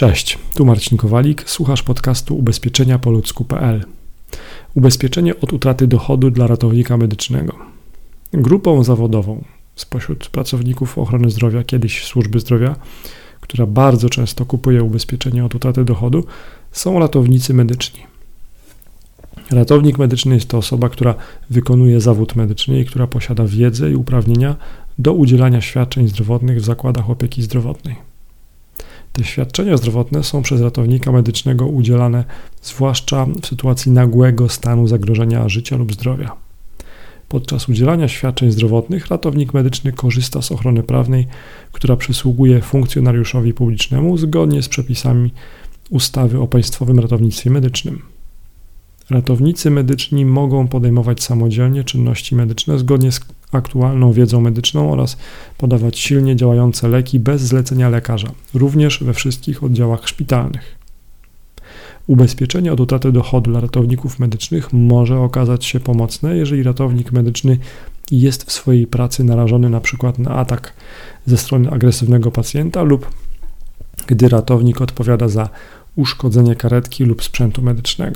Cześć, tu Marcin Kowalik, słuchasz podcastu ubezpieczeniapoludzku.pl. Ubezpieczenie od utraty dochodu dla ratownika medycznego. Grupą zawodową spośród pracowników ochrony zdrowia, kiedyś służby zdrowia, która bardzo często kupuje ubezpieczenie od utraty dochodu, są ratownicy medyczni. Ratownik medyczny jest to osoba, która wykonuje zawód medyczny i która posiada wiedzę i uprawnienia do udzielania świadczeń zdrowotnych w zakładach opieki zdrowotnej. Te świadczenia zdrowotne są przez ratownika medycznego udzielane zwłaszcza w sytuacji nagłego stanu zagrożenia życia lub zdrowia. Podczas udzielania świadczeń zdrowotnych ratownik medyczny korzysta z ochrony prawnej, która przysługuje funkcjonariuszowi publicznemu zgodnie z przepisami ustawy o Państwowym Ratownictwie Medycznym. Ratownicy medyczni mogą podejmować samodzielnie czynności medyczne zgodnie z aktualną wiedzą medyczną oraz podawać silnie działające leki bez zlecenia lekarza, również we wszystkich oddziałach szpitalnych. Ubezpieczenie od utraty dochodu dla ratowników medycznych może okazać się pomocne, jeżeli ratownik medyczny jest w swojej pracy narażony np. na atak ze strony agresywnego pacjenta lub gdy ratownik odpowiada za uszkodzenie karetki lub sprzętu medycznego.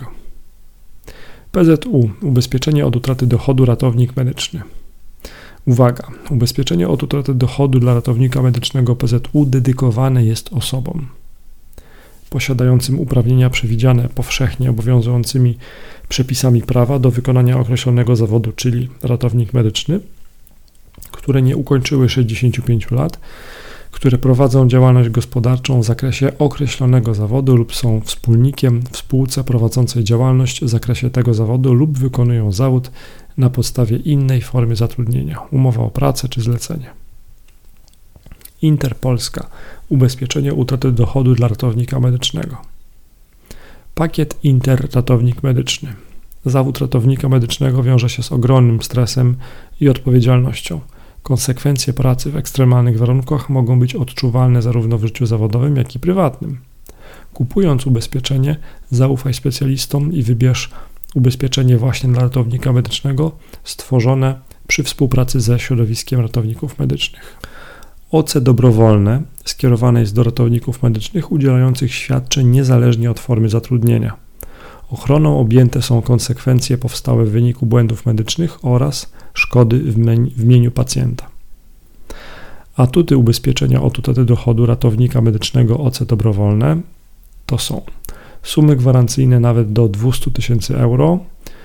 PZU. Ubezpieczenie od utraty dochodu ratownik medyczny. Uwaga! Ubezpieczenie od utraty dochodu dla ratownika medycznego PZU dedykowane jest osobom posiadającym uprawnienia przewidziane powszechnie obowiązującymi przepisami prawa do wykonania określonego zawodu, czyli ratownik medyczny, które nie ukończyły 65 lat, które prowadzą działalność gospodarczą w zakresie określonego zawodu lub są wspólnikiem w spółce prowadzącej działalność w zakresie tego zawodu lub wykonują zawód na podstawie innej formy zatrudnienia, umowa o pracę czy zlecenie. Interpolska. Ubezpieczenie utraty dochodu dla ratownika medycznego. Pakiet Inter Ratownik Medyczny. Zawód ratownika medycznego wiąże się z ogromnym stresem i odpowiedzialnością. Konsekwencje pracy w ekstremalnych warunkach mogą być odczuwalne zarówno w życiu zawodowym, jak i prywatnym. Kupując ubezpieczenie, zaufaj specjalistom i wybierz ubezpieczenie właśnie dla ratownika medycznego stworzone przy współpracy ze środowiskiem ratowników medycznych. OC dobrowolne skierowane jest do ratowników medycznych udzielających świadczeń niezależnie od formy zatrudnienia. Ochroną objęte są konsekwencje powstałe w wyniku błędów medycznych oraz szkody w mieniu pacjenta. Atuty ubezpieczenia od utraty dochodu ratownika medycznego OC dobrowolne to są sumy gwarancyjne nawet do 200 000 euro,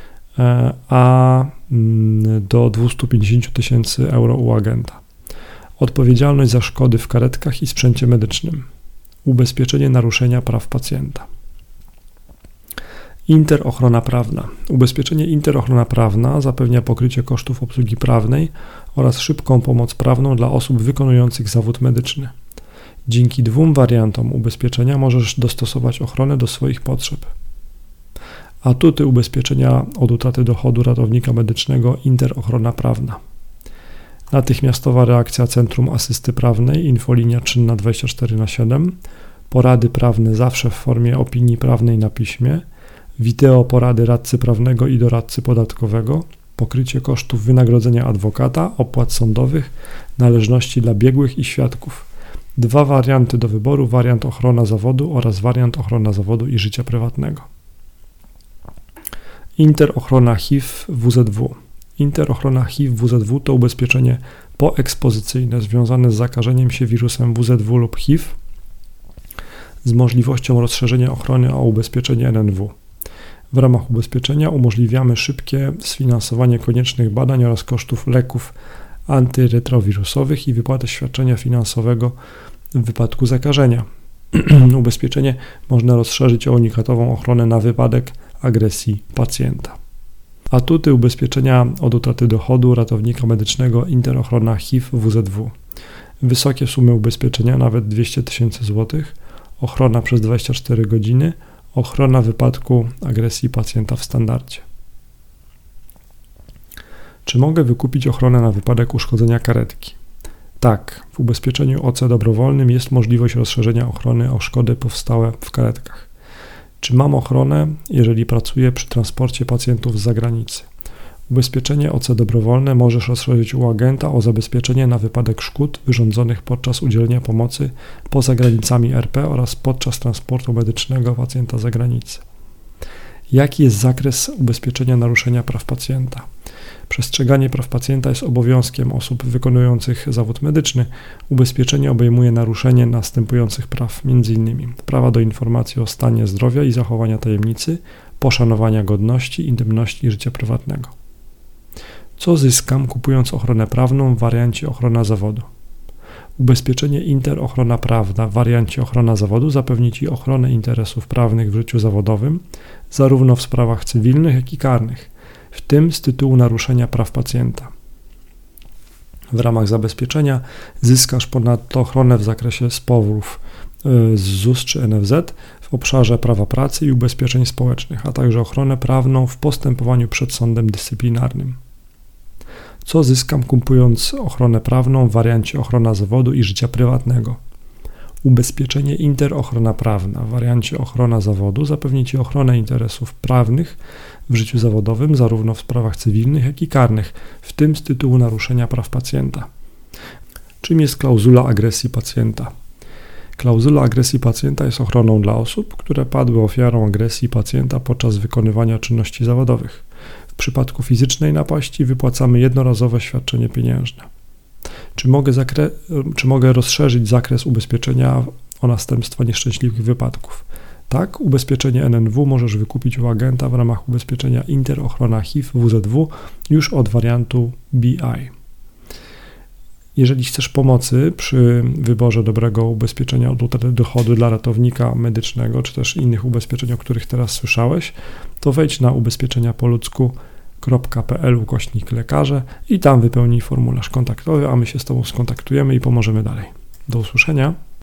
a do 250 000 euro u agenta. Odpowiedzialność za szkody w karetkach i sprzęcie medycznym. Ubezpieczenie naruszenia praw pacjenta. Interochrona prawna. Ubezpieczenie interochrona prawna zapewnia pokrycie kosztów obsługi prawnej oraz szybką pomoc prawną dla osób wykonujących zawód medyczny. Dzięki dwóm wariantom ubezpieczenia możesz dostosować ochronę do swoich potrzeb. Atuty ubezpieczenia od utraty dochodu ratownika medycznego interochrona prawna. Natychmiastowa reakcja Centrum Asysty Prawnej, infolinia czynna 24/7, porady prawne zawsze w formie opinii prawnej na piśmie, wideo porady radcy prawnego i doradcy podatkowego, pokrycie kosztów wynagrodzenia adwokata, opłat sądowych, należności dla biegłych i świadków. 2 warianty do wyboru, wariant ochrona zawodu oraz wariant ochrona zawodu i życia prywatnego. Interochrona HIV WZW. Interochrona HIV WZW to ubezpieczenie poekspozycyjne związane z zakażeniem się wirusem WZW lub HIV z możliwością rozszerzenia ochrony o ubezpieczenie NNW. W ramach ubezpieczenia umożliwiamy szybkie sfinansowanie koniecznych badań oraz kosztów leków antyretrowirusowych i wypłatę świadczenia finansowego w wypadku zakażenia. Ubezpieczenie można rozszerzyć o unikatową ochronę na wypadek agresji pacjenta. Atuty ubezpieczenia od utraty dochodu ratownika medycznego interochrona HIV WZW. Wysokie sumy ubezpieczenia, nawet 200 000 zł, ochrona przez 24 godziny, ochrona w wypadku agresji pacjenta w standardzie. Czy mogę wykupić ochronę na wypadek uszkodzenia karetki? Tak, w ubezpieczeniu OC dobrowolnym jest możliwość rozszerzenia ochrony o szkody powstałe w karetkach. Czy mam ochronę, jeżeli pracuję przy transporcie pacjentów z zagranicy? Ubezpieczenie OC dobrowolne możesz rozszerzyć u agenta o zabezpieczenie na wypadek szkód wyrządzonych podczas udzielenia pomocy poza granicami RP oraz podczas transportu medycznego pacjenta za granicę. Jaki jest zakres ubezpieczenia naruszenia praw pacjenta? Przestrzeganie praw pacjenta jest obowiązkiem osób wykonujących zawód medyczny. Ubezpieczenie obejmuje naruszenie następujących praw, m.in. prawa do informacji o stanie zdrowia i zachowania tajemnicy, poszanowania godności, intymności i życia prywatnego. Co zyskam, kupując ochronę prawną w wariancie ochrona zawodu? Ubezpieczenie Interochrona Prawna w wariancie ochrona zawodu zapewni Ci ochronę interesów prawnych w życiu zawodowym, zarówno w sprawach cywilnych, jak i karnych, w tym z tytułu naruszenia praw pacjenta. W ramach zabezpieczenia zyskasz ponadto ochronę w zakresie sporów z ZUS czy NFZ w obszarze prawa pracy i ubezpieczeń społecznych, a także ochronę prawną w postępowaniu przed sądem dyscyplinarnym. Co zyskam, kupując ochronę prawną w wariancie ochrona zawodu i życia prywatnego? Ubezpieczenie Interochrona Prawna w wariancie ochrona zawodu zapewni Ci ochronę interesów prawnych w życiu zawodowym, zarówno w sprawach cywilnych, jak i karnych, w tym z tytułu naruszenia praw pacjenta. Czym jest klauzula agresji pacjenta? Klauzula agresji pacjenta jest ochroną dla osób, które padły ofiarą agresji pacjenta podczas wykonywania czynności zawodowych. W przypadku fizycznej napaści wypłacamy jednorazowe świadczenie pieniężne. Czy mogę rozszerzyć zakres ubezpieczenia o następstwa nieszczęśliwych wypadków? Tak, ubezpieczenie NNW możesz wykupić u agenta w ramach ubezpieczenia Interochrona HIV WZW już od wariantu BI. Jeżeli chcesz pomocy przy wyborze dobrego ubezpieczenia od utraty dochodu dla ratownika medycznego, czy też innych ubezpieczeń, o których teraz słyszałeś, to wejdź na ubezpieczeniapoludzku.pl/lekarze i tam wypełnij formularz kontaktowy, a my się z Tobą skontaktujemy i pomożemy dalej. Do usłyszenia.